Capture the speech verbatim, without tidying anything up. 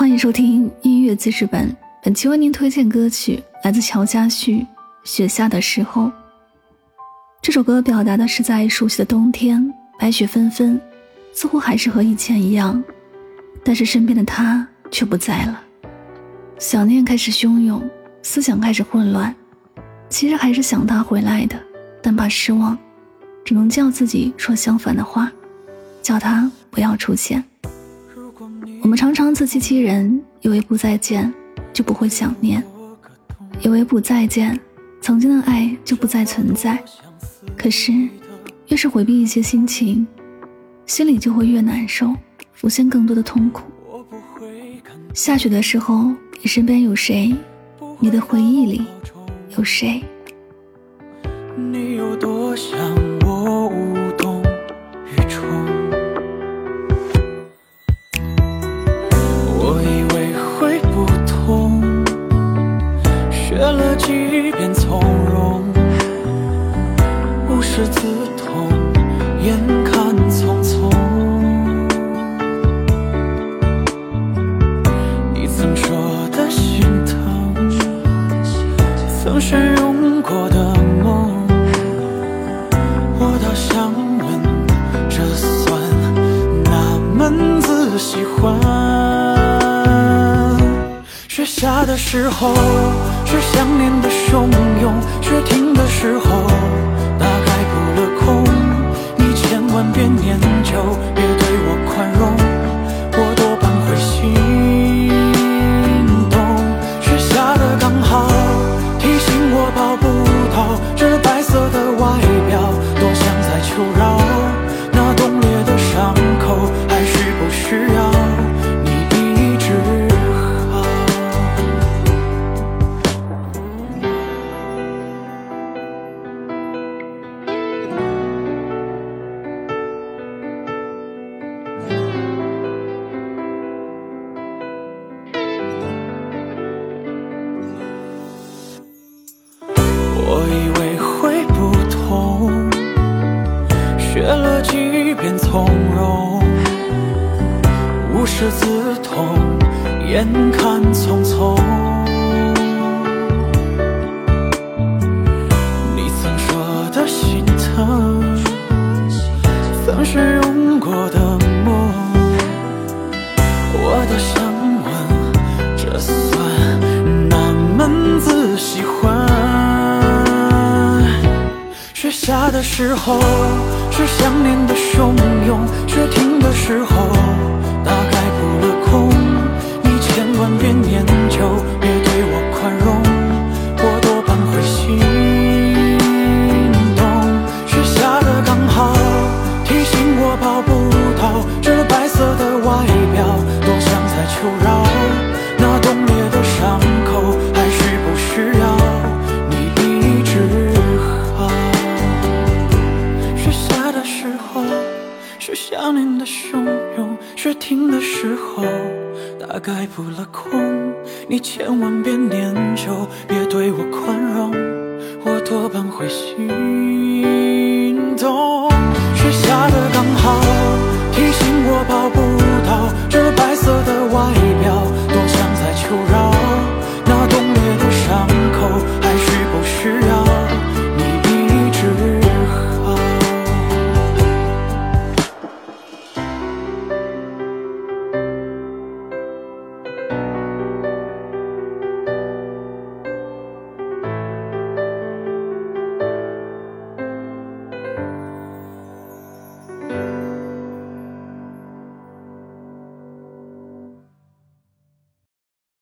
欢迎收听音乐记事本，本期为您推荐歌曲来自乔家旭《雪下的时候》。这首歌表达的是在熟悉的冬天，白雪纷纷，似乎还是和以前一样，但是身边的他却不在了。想念开始汹涌，思想开始混乱，其实还是想他回来的，但怕失望，只能叫自己说相反的话，叫他不要出现。我们常常自欺欺人，以为不再见就不会想念，以为不再见曾经的爱就不再存在。可是越是回避一些心情，心里就会越难受，浮现更多的痛苦。下雪的时候，你身边有谁？你的回忆里有谁？ 你有多想我无动于衷，我以为会不同，学了几遍从容，无师自通，眼看匆匆。你曾说的心疼，曾汹涌过的梦，我倒想问，这算哪门子喜欢？雪下的时候，是想念的汹涌，雪停的时候，大概扑了空。你千万别念旧，别对我宽容，我多半会心动。雪下的刚好，提醒我抱不到这白色的外表，多像在求饶。那冻裂的伤口，还需不需要你医治好？我以为会不同，学了几遍从容，无师自通，眼看匆匆。你曾说的心疼，曾是涌过的梦，我倒想问，这算哪门子喜欢？雪下的时候，是想念的汹涌，雪停的时候，大概扑了空。你千万别念旧，别对我宽容，我多半会心动。雪下的刚好，提醒我抱不到这白色的外表，多像在求饶。那冻裂的伤口，还需不需要你医治好？雪下的时候，是想念的汹涌，雪停的时候，大概扑了空。你千万别念旧，别对我宽容，我多半会心动。雪下的刚好，